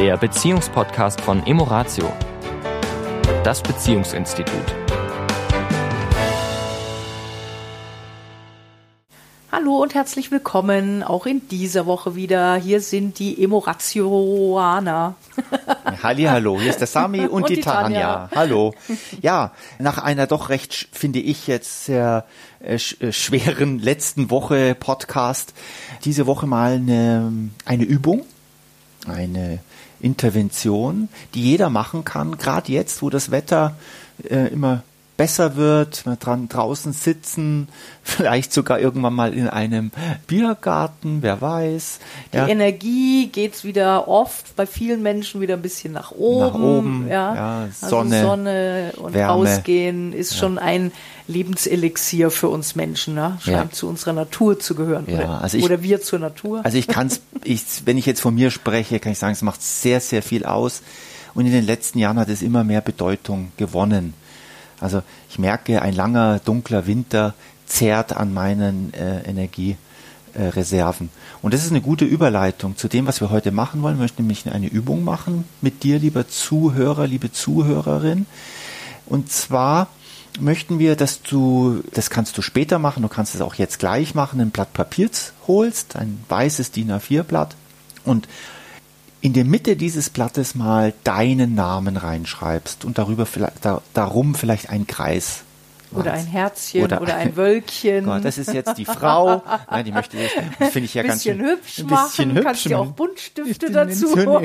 Der Beziehungspodcast von Emoratio, das Beziehungsinstitut. Hallo und herzlich willkommen, auch in dieser Woche wieder. Hier sind die Emoratioaner. Hallihallo, hier ist der Sami und die Tanja. Hallo. Ja, nach einer doch recht, finde ich jetzt sehr schweren letzten Woche Podcast, diese Woche mal eine Übung, eine Intervention, die jeder machen kann, gerade jetzt, wo das Wetter immer besser wird, draußen sitzen, vielleicht sogar irgendwann mal in einem Biergarten, wer weiß. Die Energie geht wieder oft bei vielen Menschen wieder ein bisschen nach oben. Nach oben, ja. Sonne, also Sonne und Wärme. Rausgehen ist schon ein Lebenselixier für uns Menschen, ne? Scheint zu unserer Natur zu gehören. Oder wir zur Natur. Also wenn ich jetzt von mir spreche, kann ich sagen, es macht sehr, sehr viel aus. Und in den letzten Jahren hat es immer mehr Bedeutung gewonnen. Also ich merke, ein langer, dunkler Winter zehrt an meinen Energiereserven. Und das ist eine gute Überleitung zu dem, was wir heute machen wollen. Wir möchten nämlich eine Übung machen mit dir, lieber Zuhörer, liebe Zuhörerin. Und zwar möchten wir, das kannst du später machen, du kannst es auch jetzt gleich machen, ein Blatt Papier holst, ein weißes DIN A4-Blatt und in der Mitte dieses Blattes mal deinen Namen reinschreibst und darum vielleicht einen Kreis. Oder ein Herzchen oder ein Wölkchen. Gott, das ist jetzt die Frau. Nein, die möchte ich, das finde ich ja ganz schön. Ein bisschen hübsch. Kannst dir auch Buntstifte dazu holen.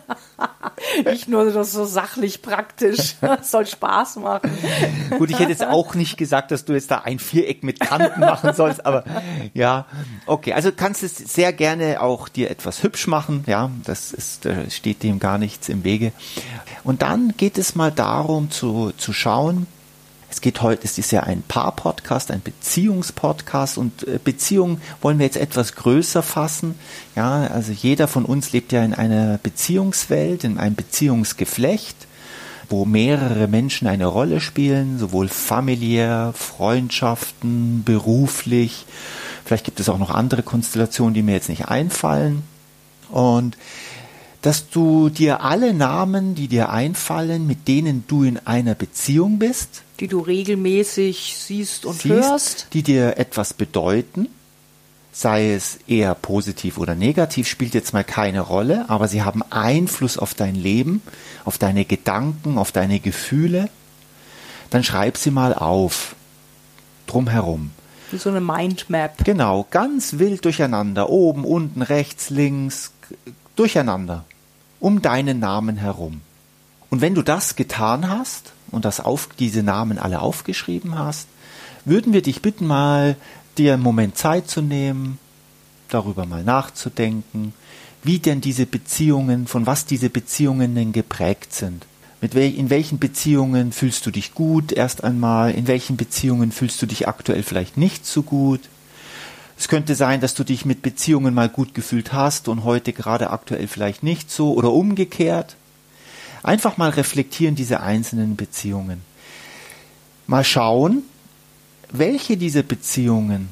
Nicht nur das so sachlich praktisch. Das soll Spaß machen. Gut, ich hätte jetzt auch nicht gesagt, dass du jetzt da ein Viereck mit Kanten machen sollst, aber ja, okay. Also kannst es sehr gerne auch dir etwas hübsch machen. Ja, steht dem gar nichts im Wege. Und dann geht es mal darum zu schauen. Es ist ja ein Paar-Podcast, ein Beziehungspodcast und Beziehungen wollen wir jetzt etwas größer fassen. Ja, also jeder von uns lebt ja in einer Beziehungswelt, in einem Beziehungsgeflecht, wo mehrere Menschen eine Rolle spielen, sowohl familiär, Freundschaften, beruflich. Vielleicht gibt es auch noch andere Konstellationen, die mir jetzt nicht einfallen. Und dass du dir alle Namen, die dir einfallen, mit denen du in einer Beziehung bist, die du regelmäßig siehst, hörst, die dir etwas bedeuten, sei es eher positiv oder negativ, spielt jetzt mal keine Rolle, aber sie haben Einfluss auf dein Leben, auf deine Gedanken, auf deine Gefühle, dann schreib sie mal auf, drumherum. Wie so eine Mindmap. Genau, ganz wild durcheinander, oben, unten, rechts, links, durcheinander, um deinen Namen herum. Und wenn du das getan hast und diese Namen alle aufgeschrieben hast, würden wir dich bitten, mal dir einen Moment Zeit zu nehmen, darüber mal nachzudenken, wie denn diese Beziehungen, von was diese Beziehungen denn geprägt sind. In welchen Beziehungen fühlst du dich gut erst einmal, in welchen Beziehungen fühlst du dich aktuell vielleicht nicht so gut. Es könnte sein, dass du dich mit Beziehungen mal gut gefühlt hast und heute gerade aktuell vielleicht nicht so oder umgekehrt. Einfach mal reflektieren diese einzelnen Beziehungen. Mal schauen, welche dieser Beziehungen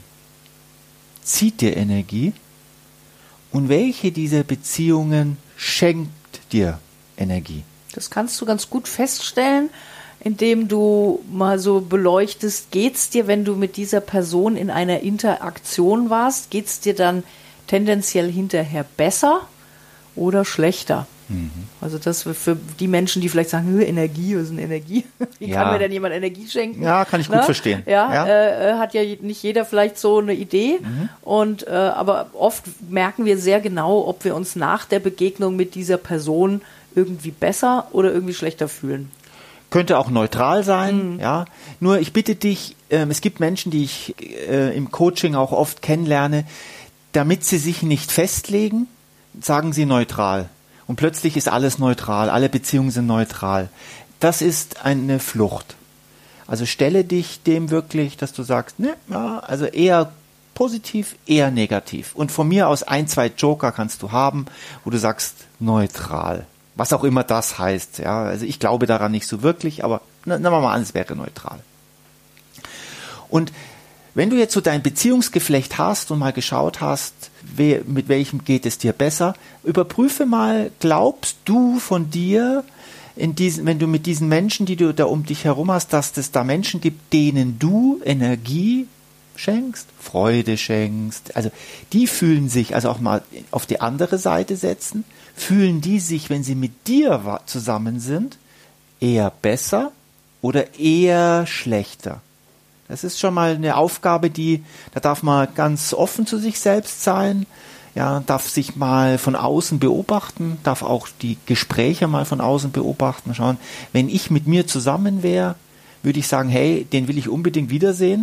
zieht dir Energie und welche dieser Beziehungen schenkt dir Energie. Das kannst du ganz gut feststellen, indem du mal so beleuchtest, geht's dir, wenn du mit dieser Person in einer Interaktion warst, geht's dir dann tendenziell hinterher besser oder schlechter? Mhm. Also das für die Menschen, die vielleicht sagen, Energie, was ist denn Energie? Wie kann mir denn jemand Energie schenken? Ja, kann ich gut verstehen. Hat ja nicht jeder vielleicht so eine Idee. Mhm. Und aber oft merken wir sehr genau, ob wir uns nach der Begegnung mit dieser Person irgendwie besser oder irgendwie schlechter fühlen. Könnte auch neutral sein, ja. Nur ich bitte dich, es gibt Menschen, die ich im Coaching auch oft kennenlerne, damit sie sich nicht festlegen, sagen sie neutral. Und plötzlich ist alles neutral, alle Beziehungen sind neutral. Das ist eine Flucht. Also stelle dich dem wirklich, dass du sagst, ne, ja, also eher positiv, eher negativ. Und von mir aus 1, 2 Joker kannst du haben, wo du sagst, neutral. Was auch immer das heißt. Ja. Also ich glaube daran nicht so wirklich, aber nehmen wir mal an, es wäre neutral. Und wenn du jetzt so dein Beziehungsgeflecht hast und mal geschaut hast, mit welchem geht es dir besser, überprüfe mal, glaubst du von dir, wenn du mit diesen Menschen, die du da um dich herum hast, dass es da Menschen gibt, denen du Energie schenkst, Freude schenkst, also die fühlen sich, also auch mal auf die andere Seite setzen, fühlen die sich, wenn sie mit dir zusammen sind, eher besser oder eher schlechter? Das ist schon mal eine Aufgabe, da darf man ganz offen zu sich selbst sein, ja, darf sich mal von außen beobachten, darf auch die Gespräche mal von außen beobachten, schauen. Wenn ich mit mir zusammen wäre, würde ich sagen, hey, den will ich unbedingt wiedersehen.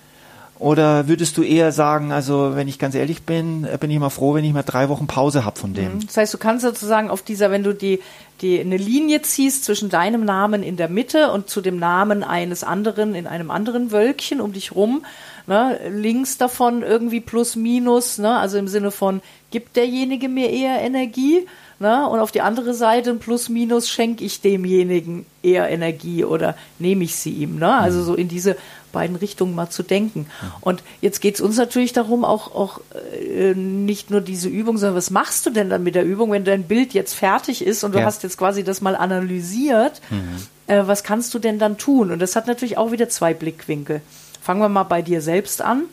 Oder würdest du eher sagen, also wenn ich ganz ehrlich bin, bin ich immer froh, wenn ich mal 3 Wochen Pause habe von dem. Das heißt, du kannst sozusagen auf dieser, wenn du eine Linie ziehst zwischen deinem Namen in der Mitte und zu dem Namen eines anderen in einem anderen Wölkchen um dich rum, ne, links davon irgendwie plus minus, ne, also im Sinne von, gibt derjenige mir eher Energie, ne, und auf die andere Seite ein plus minus, schenke ich demjenigen eher Energie oder nehme ich sie ihm, ne, also so in diese beiden Richtungen mal zu denken. Und jetzt geht es uns natürlich darum, auch nicht nur diese Übung, sondern was machst du denn dann mit der Übung, wenn dein Bild jetzt fertig ist und du hast jetzt quasi das mal analysiert, was kannst du denn dann tun? Und das hat natürlich auch wieder 2 Blickwinkel. Fangen wir mal bei dir selbst an.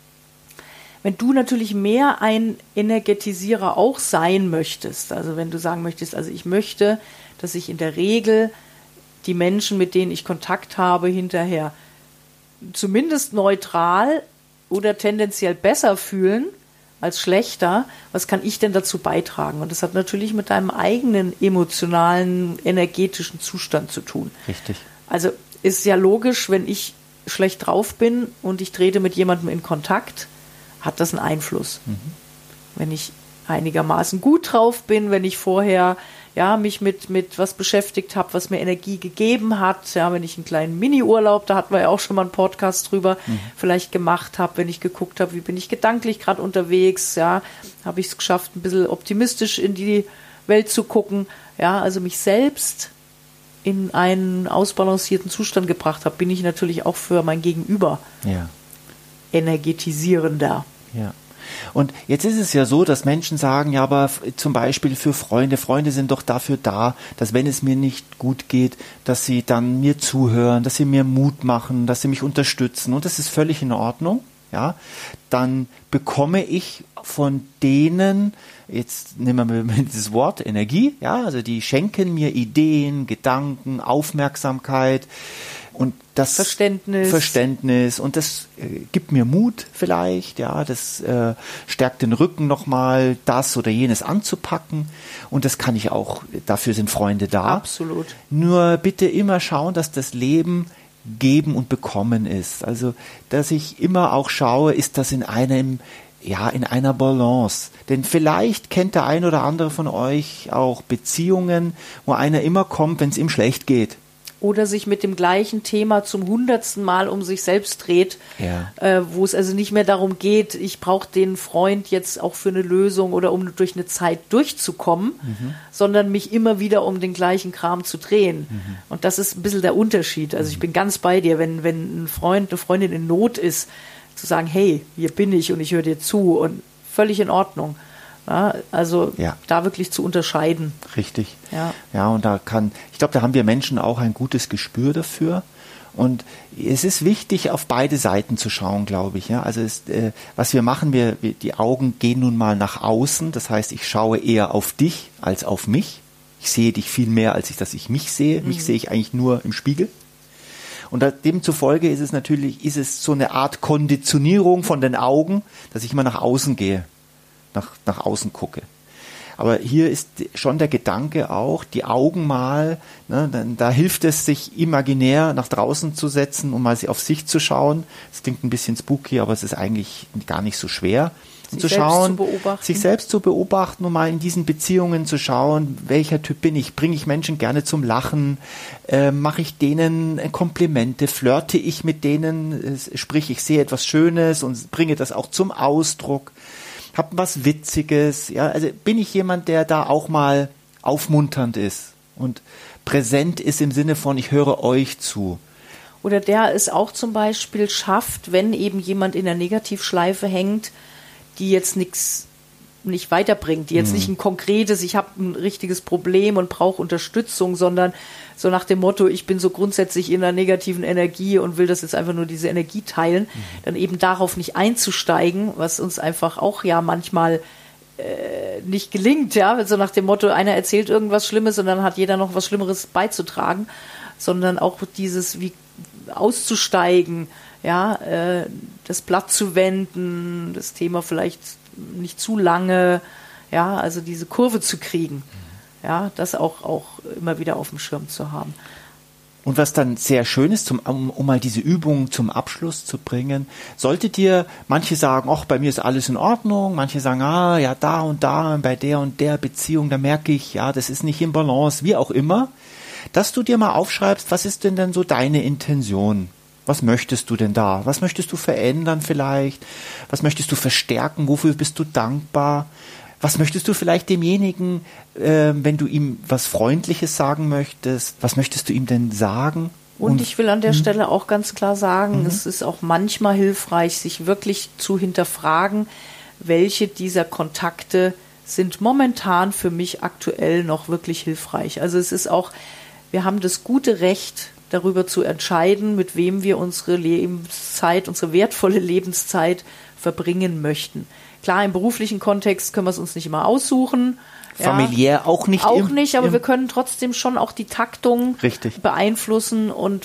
Wenn du natürlich mehr ein Energetisierer auch sein möchtest, also wenn du sagen möchtest, also ich möchte, dass sich in der Regel die Menschen, mit denen ich Kontakt habe, hinterher zumindest neutral oder tendenziell besser fühlen als schlechter, was kann ich denn dazu beitragen? Und das hat natürlich mit deinem eigenen emotionalen, energetischen Zustand zu tun. Richtig. Also ist ja logisch, wenn ich schlecht drauf bin und ich trete mit jemandem in Kontakt, hat das einen Einfluss. Wenn ich einigermaßen gut drauf bin, wenn ich vorher mich mit was beschäftigt habe, was mir Energie gegeben hat, wenn ich einen kleinen Mini-Urlaub, da hatten wir ja auch schon mal einen Podcast drüber, vielleicht gemacht habe, wenn ich geguckt habe, wie bin ich gedanklich gerade unterwegs, habe ich es geschafft, ein bisschen optimistisch in die Welt zu gucken, also mich selbst in einen ausbalancierten Zustand gebracht habe, bin ich natürlich auch für mein Gegenüber energetisierender. Ja. Und jetzt ist es ja so, dass Menschen sagen, ja, aber zum Beispiel für Freunde sind doch dafür da, dass wenn es mir nicht gut geht, dass sie dann mir zuhören, dass sie mir Mut machen, dass sie mich unterstützen und das ist völlig in Ordnung, dann bekomme ich von denen, jetzt nehmen wir mal dieses Wort Energie, also die schenken mir Ideen, Gedanken, Aufmerksamkeit, und das Verständnis und das gibt mir Mut vielleicht, das stärkt den Rücken nochmal, das oder jenes anzupacken und das kann ich auch, dafür sind Freunde da. Absolut. Nur bitte immer schauen, dass das Leben geben und bekommen ist. Also, dass ich immer auch schaue, ist das in einer Balance. Denn vielleicht kennt der ein oder andere von euch auch Beziehungen, wo einer immer kommt, wenn es ihm schlecht geht. Oder sich mit dem gleichen Thema zum 100. Mal um sich selbst dreht, wo es also nicht mehr darum geht, ich brauche den Freund jetzt auch für eine Lösung oder um durch eine Zeit durchzukommen, sondern mich immer wieder um den gleichen Kram zu drehen. Und das ist ein bisschen der Unterschied. Also ich bin ganz bei dir, wenn ein Freund, eine Freundin in Not ist, zu sagen, hey, hier bin ich und ich höre dir zu und völlig in Ordnung. Da wirklich zu unterscheiden. Richtig. Ja, und ich glaube, da haben wir Menschen auch ein gutes Gespür dafür. Und es ist wichtig, auf beide Seiten zu schauen, glaube ich. Also was wir machen, die Augen gehen nun mal nach außen. Das heißt, ich schaue eher auf dich als auf mich. Ich sehe dich viel mehr, als dass ich mich sehe. Mich sehe ich eigentlich nur im Spiegel. Und demzufolge ist es so eine Art Konditionierung von den Augen, dass ich immer nach außen gehe. Nach außen gucke. Aber hier ist schon der Gedanke auch, die Augen mal, da hilft es, sich imaginär nach draußen zu setzen, um mal auf sich zu schauen. Das klingt ein bisschen spooky, aber es ist eigentlich gar nicht so schwer. Und sich selbst zu beobachten und mal in diesen Beziehungen zu schauen, welcher Typ bin ich? Bringe ich Menschen gerne zum Lachen? Mache ich denen Komplimente? Flirte ich mit denen? Sprich, ich sehe etwas Schönes und bringe das auch zum Ausdruck. Hab was Witziges, also bin ich jemand, der da auch mal aufmunternd ist und präsent ist im Sinne von, ich höre euch zu. Oder der es auch zum Beispiel schafft, wenn eben jemand in der Negativschleife hängt, die jetzt nicht weiterbringt, die jetzt nicht ein konkretes, ich habe ein richtiges Problem und brauche Unterstützung, sondern so nach dem Motto, ich bin so grundsätzlich in einer negativen Energie und will das jetzt einfach nur diese Energie teilen, dann eben darauf nicht einzusteigen, was uns einfach auch ja manchmal nicht gelingt, ja, so nach dem Motto, einer erzählt irgendwas Schlimmes und dann hat jeder noch was Schlimmeres beizutragen, sondern auch dieses wie auszusteigen, ja, das Blatt zu wenden, das Thema vielleicht nicht zu lange, ja, also diese Kurve zu kriegen, ja, das auch immer wieder auf dem Schirm zu haben. Und was dann sehr schön ist, um mal diese Übung zum Abschluss zu bringen, solltet ihr, manche sagen, ach, bei mir ist alles in Ordnung, manche sagen, ja, da und bei der und der Beziehung, da merke ich, ja, das ist nicht im Balance, wie auch immer, dass du dir mal aufschreibst, was ist denn so deine Intention? Was möchtest du denn da? Was möchtest du verändern vielleicht? Was möchtest du verstärken? Wofür bist du dankbar? Was möchtest du vielleicht demjenigen, wenn du ihm was Freundliches sagen möchtest? Was möchtest du ihm denn sagen? Und ich will an der Stelle auch ganz klar sagen, es ist auch manchmal hilfreich, sich wirklich zu hinterfragen, welche dieser Kontakte sind momentan für mich aktuell noch wirklich hilfreich. Also es ist auch, wir haben das gute Recht, darüber zu entscheiden, mit wem wir unsere Lebenszeit, unsere wertvolle Lebenszeit verbringen möchten. Klar, im beruflichen Kontext können wir es uns nicht immer aussuchen. Familiär auch nicht. Auch nicht, aber wir können trotzdem schon auch die Taktung beeinflussen und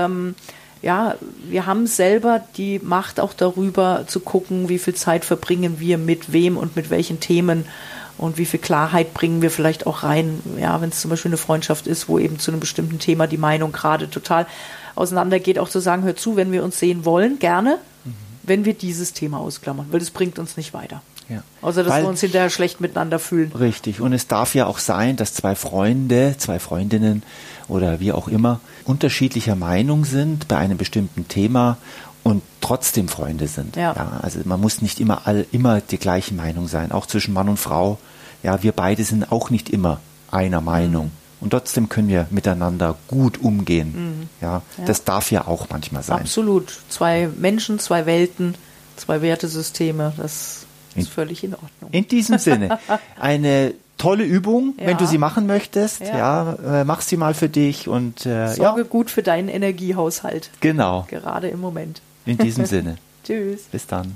wir haben selber die Macht auch darüber zu gucken, wie viel Zeit verbringen wir mit wem und mit welchen Themen und wie viel Klarheit bringen wir vielleicht auch rein, ja, wenn es zum Beispiel eine Freundschaft ist, wo eben zu einem bestimmten Thema die Meinung gerade total auseinandergeht, auch zu sagen, hör zu, wenn wir uns sehen wollen, gerne, wenn wir dieses Thema ausklammern, weil das bringt uns nicht weiter. Ja. Außer, dass wir uns hinterher schlecht miteinander fühlen. Richtig. Und es darf ja auch sein, dass zwei Freunde, zwei Freundinnen oder wie auch immer unterschiedlicher Meinung sind bei einem bestimmten Thema und trotzdem Freunde sind. Ja. Ja, also man muss nicht immer die gleiche Meinung sein, auch zwischen Mann und Frau. Ja, wir beide sind auch nicht immer einer Meinung. Und trotzdem können wir miteinander gut umgehen. Ja, das darf ja auch manchmal sein. Absolut. Zwei Menschen, zwei Welten, zwei Wertesysteme, das ist völlig in Ordnung. In diesem Sinne, eine tolle Übung, wenn du sie machen möchtest. Ja, mach sie mal für dich und sorge gut für deinen Energiehaushalt. Genau. Gerade im Moment. In diesem Sinne. Tschüss. Bis dann.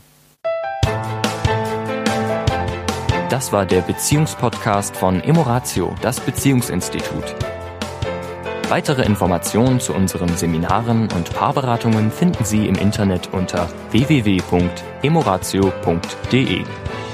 Das war der Beziehungspodcast von Emoratio, das Beziehungsinstitut. Weitere Informationen zu unseren Seminaren und Paarberatungen finden Sie im Internet unter www.emoratio.de.